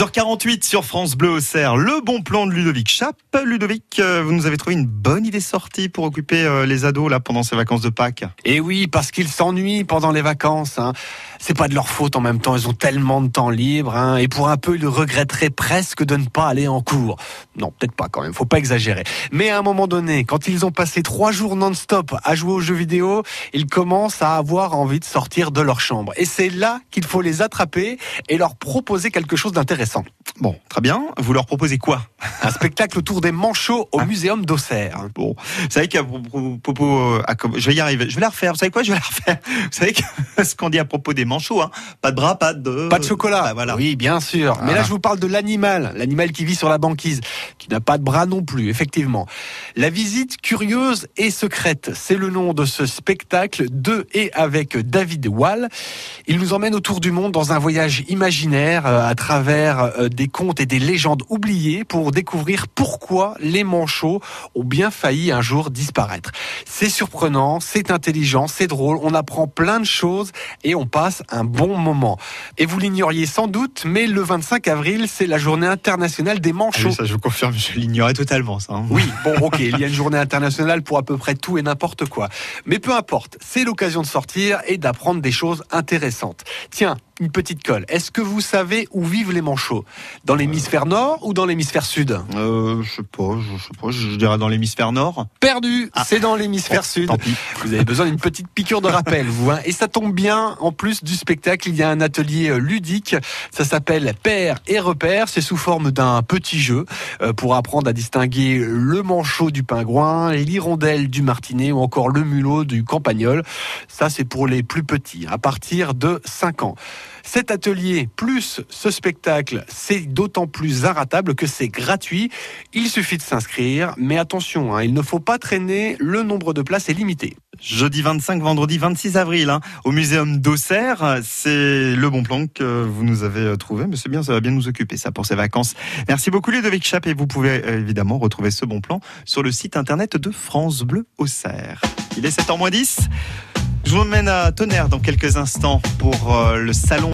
6h48 sur France Bleu Auxerre, le bon plan de Ludovic Chape. Ludovic, vous nous avez trouvé une bonne idée sortie pour occuper les ados là pendant ces vacances de Pâques. Et oui, parce qu'ils s'ennuient pendant les vacances. C'est pas de leur faute en même temps, ils ont tellement de temps libre. Et pour un peu, ils regretteraient presque de ne pas aller en cours. Non, peut-être pas quand même, faut pas exagérer. Mais à un moment donné, quand ils ont passé 3 jours non-stop à jouer aux jeux vidéo, ils commencent à avoir envie de sortir de leur chambre. Et c'est là qu'il faut les attraper et leur proposer quelque chose d'intéressant. Bon, très bien. Vous leur proposez quoi? Un spectacle autour des manchots au Muséum d'Auxerre. Bon, vous savez qu'à propos, je vais y arriver. Je vais la refaire. Vous savez quoi? Je vais la refaire. Vous savez que ce qu'on dit à propos des manchots, pas de bras, pas de chocolat. Bah, voilà. Oui, bien sûr. Mais là, je vous parle de l'animal qui vit sur la banquise, qui n'a pas de bras non plus, effectivement. La visite curieuse et secrète, c'est le nom de ce spectacle de et avec David Wall. Il nous emmène autour du monde dans un voyage imaginaire à travers des contes et des légendes oubliées pour découvrir pourquoi les manchots ont bien failli un jour disparaître. C'est surprenant, c'est intelligent, c'est drôle, on apprend plein de choses et on passe un bon moment. Et vous l'ignoriez sans doute, mais le 25 avril, c'est la journée internationale des manchots. Ah oui, ça je vous confirme, je l'ignorais totalement ça. Oui, bon ok, il y a une journée internationale pour à peu près tout et n'importe quoi. Mais peu importe, c'est l'occasion de sortir et d'apprendre des choses intéressantes. Tiens, une petite colle. Est-ce que vous savez où vivent les manchots? Dans l'hémisphère nord ou dans l'hémisphère sud? Je sais pas, je dirais dans l'hémisphère nord. Perdu, c'est dans l'hémisphère sud. Tant pis. Vous avez besoin d'une petite piqûre de rappel, vous. Et ça tombe bien, en plus du spectacle, il y a un atelier ludique. Ça s'appelle Père et Repère. C'est sous forme d'un petit jeu pour apprendre à distinguer le manchot du pingouin, l'hirondelle du martinet ou encore le mulot du campagnol. Ça, c'est pour les plus petits, à partir de 5 ans. Cet atelier plus ce spectacle, c'est d'autant plus inratable que c'est gratuit. Il suffit de s'inscrire, mais attention, il ne faut pas traîner, le nombre de places est limité. Jeudi 25, vendredi 26 avril, au Muséum d'Auxerre. C'est le bon plan que vous nous avez trouvé, mais c'est bien, ça va bien nous occuper ça pour ces vacances. Merci beaucoup Ludovic Chape et vous pouvez évidemment retrouver ce bon plan sur le site internet de France Bleu Auxerre. Il est 7h moins 10. Je vous emmène à Tonnerre dans quelques instants pour le salon